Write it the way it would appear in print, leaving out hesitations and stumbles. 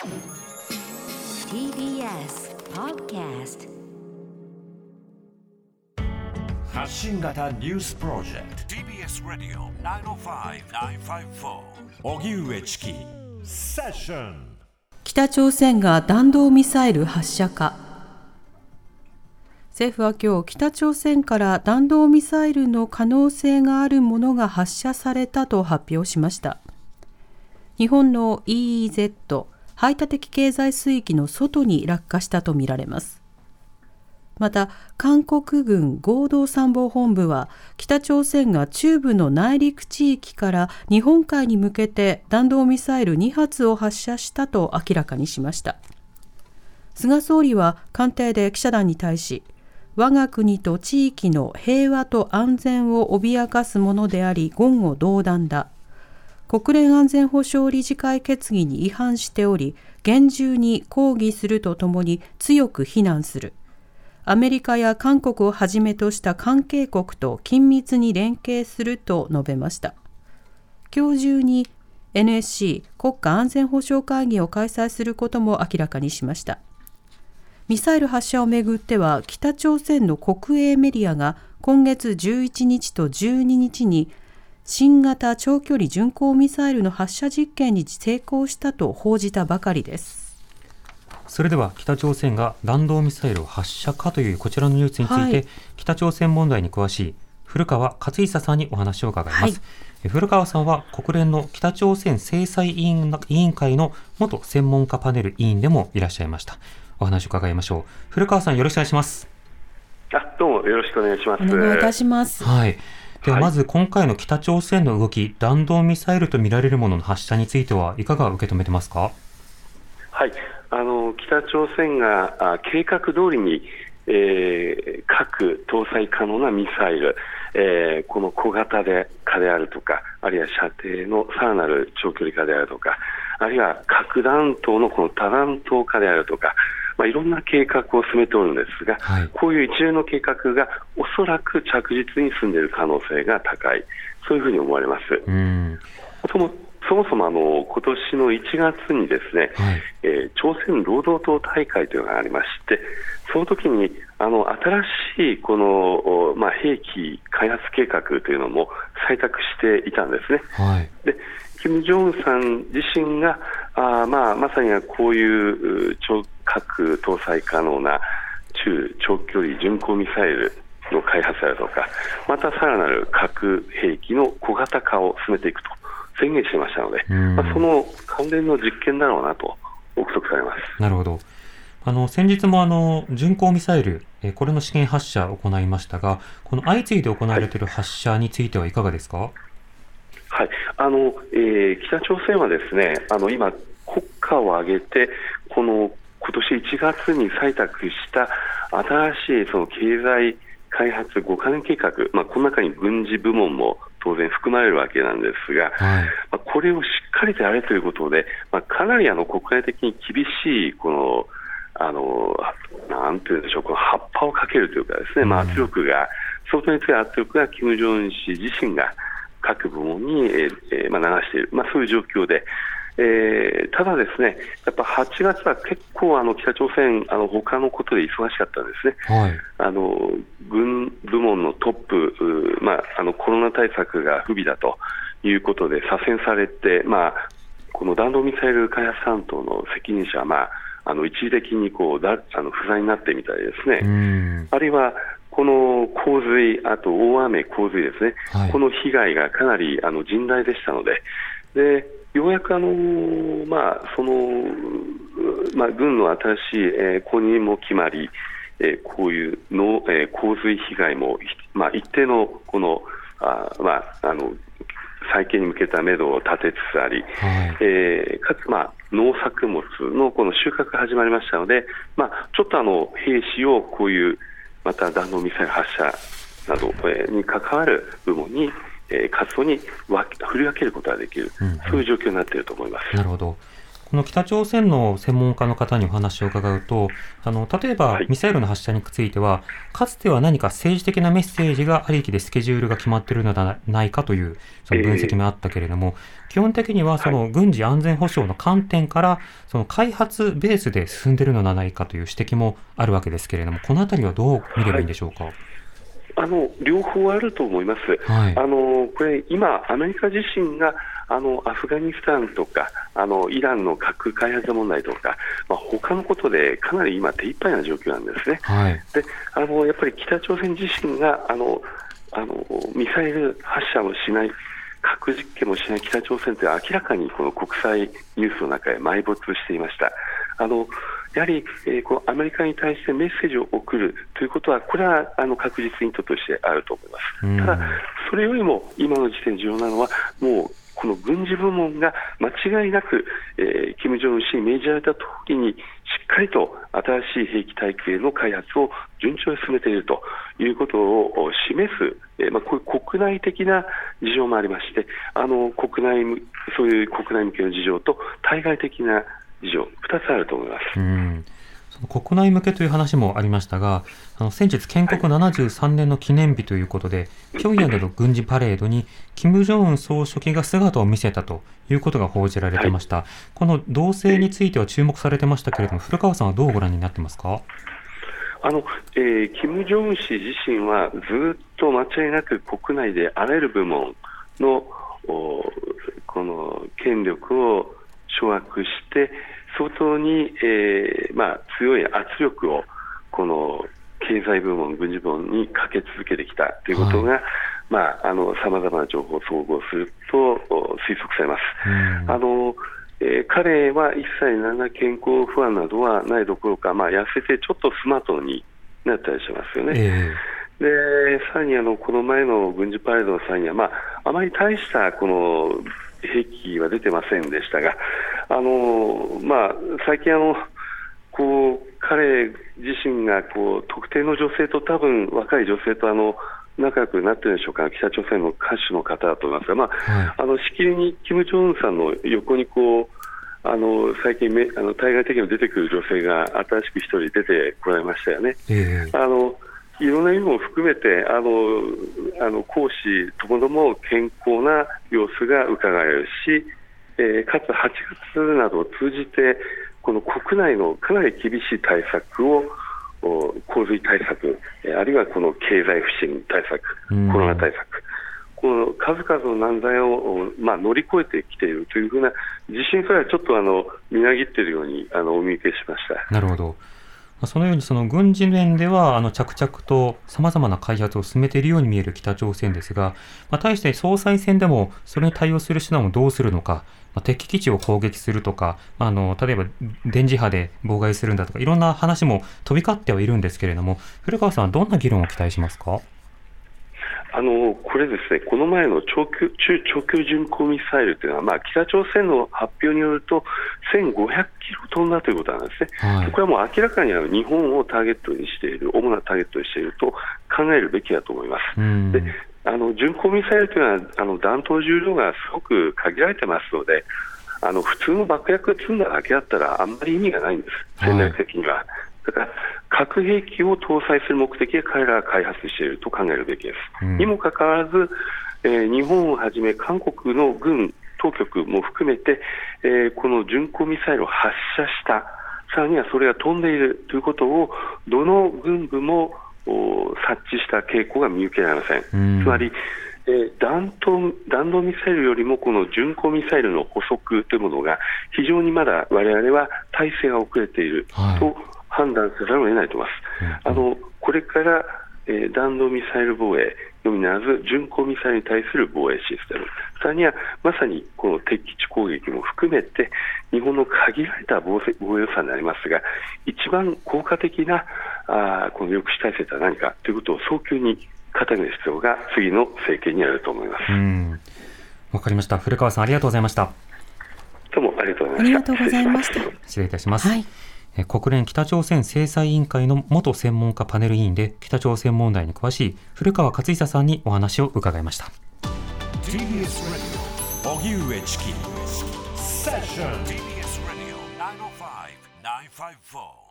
TBS Podcast 発信型ニュースプロジェクト TBS ラディオ905-954おぎゅうえちきセッション。 北朝鮮が弾道ミサイル発射か。政府は今日、北朝鮮から弾道ミサイルの可能性があるものが発射されたと発表しました。日本の EEZ 排他的経済水域の外に落下したとみられます。また、韓国軍合同参謀本部は、北朝鮮が中部の内陸地域から日本海に向けて弾道ミサイル2発を発射したと明らかにしました。菅総理は官邸で記者団に対し、我が国と地域の平和と安全を脅かすものであり言語道断だ。国連安全保障理事会決議に違反しており、厳重に抗議するとともに強く非難する。アメリカや韓国をはじめとした関係国と緊密に連携すると述べました。今日中に NSC 国家安全保障会議を開催することも明らかにしました。ミサイル発射をめぐっては、北朝鮮の国営メディアが今月11日と12日に新型長距離巡航ミサイルの発射実験に成功したと報じたばかりです。 それでは北朝鮮が弾道ミサイルを発射かというこちらのニュースについて、北朝鮮問題に詳しい古川勝久さんにお話を伺います。古川さんは国連の北朝鮮制裁委員会の元専門家パネル委員でもいらっしゃいました。お話を伺いましょう。古川さん、よろしくお願いします。 どうもよろしくお願いします。 お願いいたします。 ではまず今回の北朝鮮の動き、弾道ミサイルとみられるものの発射についてはいかが受け止めてますか？ 北朝鮮が計画通りに、核搭載可能なミサイル、この小型化であるとか、あるいは射程のさらなる長距離化であるとか、あるいは核弾頭のこの多弾頭化であるとか、いろんな計画を進めておるんですが、こういう一連の計画がおそらく着実に進んでいる可能性が高い、そういうふうに思われます。そもそも今年の1月にですね、朝鮮労働党大会というのがありまして、その時に新しいこの、兵器開発計画というのも採択していたんですね。で金正恩さん自身がまさにこういう核搭載可能な中長距離巡航ミサイルの開発であるとか、またさらなる核兵器の小型化を進めていくと宣言していましたので、その関連の実験だろうなと憶測されます。なるほど。 先日も巡航ミサイル、これの試験発射を行いましたが、この相次いで行われている発射についてはいかがですか？ 北朝鮮はですね、今国家を挙げて今年1月に採択した新しいその経済開発5カ年計画、この中に軍事部門も当然含まれるわけなんですが、これをしっかりとやれということで、かなり国内的に厳しいなんていうんでしょう、この葉っぱをかけるというかですね、圧力が相当に強い圧力が金正恩氏自身が各部門に、流している、そういう状況で、ただですね、やっぱ8月は結構北朝鮮他のことで忙しかったんですね。軍部門のトップ、コロナ対策が不備だということで左遷されて、この弾道ミサイル開発担当の責任者は、一時的に不在になってみたいですね。あるいはこの洪水、あと大雨洪水ですね、この被害がかなり甚大でしたので、ようやく軍の新しい後任も決まり、こういう洪水被害も、一定のこの再建に向けた目処を立てつつあり、かつ農作物のこの収穫が始まりましたので、ちょっと兵士をこういうまた弾道ミサイル発射などに関わる部門に活動に振り分けることができる、そういう状況になっていると思います。 なるほど。 この北朝鮮の専門家の方にお話を伺うと、例えばミサイルの発射については、かつては何か政治的なメッセージがありきでスケジュールが決まっているのではないかというその分析もあったけれども、基本的にはその軍事安全保障の観点からその開発ベースで進んでいるのではないかという指摘もあるわけですけれども、このあたりはどう見ればいいんでしょうか。 両方あると思います。これ今アメリカ自身がアフガニスタンとかイランの核開発問題とか、他のことでかなり今手一杯な状況なんですね。でやっぱり北朝鮮自身がミサイル発射もしない、核実験もしない北朝鮮というのは明らかにこの国際ニュースの中へ埋没していました。やはり、このアメリカに対してメッセージを送るということは、これは確実に意図としてあると思います。ただ、それよりも今の時点で重要なのは、もうこの軍事部門が間違いなく、金正恩氏に命じられた通りにしっかりと新しい兵器体系の開発を順調に進めているということを示す、こういう国内的な事情もありまして、そういう国内向けの事情と対外的な事情、2つあると思います。 その国内向けという話もありましたが、先日建国73年の記念日ということで、平壌での軍事パレードに金正恩総書記が姿を見せたということが報じられていました。この動静については注目されてましたけれども、古川さんはどうご覧になってますか。 金正恩氏自身はずっと間違いなく国内であらゆる部門のこの権力を掌握して相当に、強い圧力をこの経済部門、軍事部門にかけ続けてきたということが、さまざまな情報を総合すると推測されます。彼は一切何ら健康不安などはないどころか、痩せてちょっとスマートになったりしますよね。でさらにこの前の軍事パレードの際には、あまり大したこの兵器は出てませんでしたが、最近彼自身が特定の女性と、多分若い女性と仲良くなっているでしょうか。北朝鮮の歌手の方だと思いますが、しきりに金正恩さんの横に最近対外的に出てくる女性が新しく一人出てこられましたよね。いろんな意味も含めて公私ともども健康な様子がうかがえるし、かつ8月などを通じてこの国内のかなり厳しい対策を、洪水対策、あるいはこの経済不振対策、コロナ対策、この数々の難題を、乗り越えてきているというふうな自信すらちょっとみなぎっているようにお見受けしました。 なるほど。そのようにその軍事面では着々とさまざまな開発を進めているように見える北朝鮮ですが、対して総裁選でもそれに対応する手段をどうするのか、敵基地を攻撃するとか、例えば電磁波で妨害するんだとか、いろんな話も飛び交ってはいるんですけれども、古川さんはどんな議論を期待しますか。 これですね、この前の中長距離巡航ミサイルというのは、北朝鮮の発表によると1500キロ飛んだということなんですね。これはもう明らかに日本をターゲットにしている、主なターゲットにしていると考えるべきだと思います。で巡航ミサイルというのは弾頭重量がすごく限られてますので、普通の爆薬積んだだけだったらあんまり意味がないんです、戦略的には。だから核兵器を搭載する目的で彼らが開発していると考えるべきです。にもかかわらず、日本をはじめ韓国の軍当局も含めて、この巡航ミサイルを発射した、さらにはそれが飛んでいるということをどの軍部も察知した傾向が見受けられません。つまり弾道ミサイルよりもこの巡航ミサイルの捕捉というものが非常にまだ我々は体制が遅れていると判断せざるを得ないと思います。これから弾道ミサイル防衛のみならず巡航ミサイルに対する防衛システム、さらにはまさにこの敵基地攻撃も含めて日本の限られた防衛予算になりますが、一番効果的なこの抑止体制とは何かということを早急に固める必要が次の政権にあると思います。 わかりました。古川さん、ありがとうございました。 どうもありがとうございました。 ありがとうございました。 失礼いたします。国連北朝鮮制裁委員会の元専門家パネル委員で北朝鮮問題に詳しい古川勝久さんにお話を伺いました。 TBS Radio 荻上チキセッション TBS Radio 905-954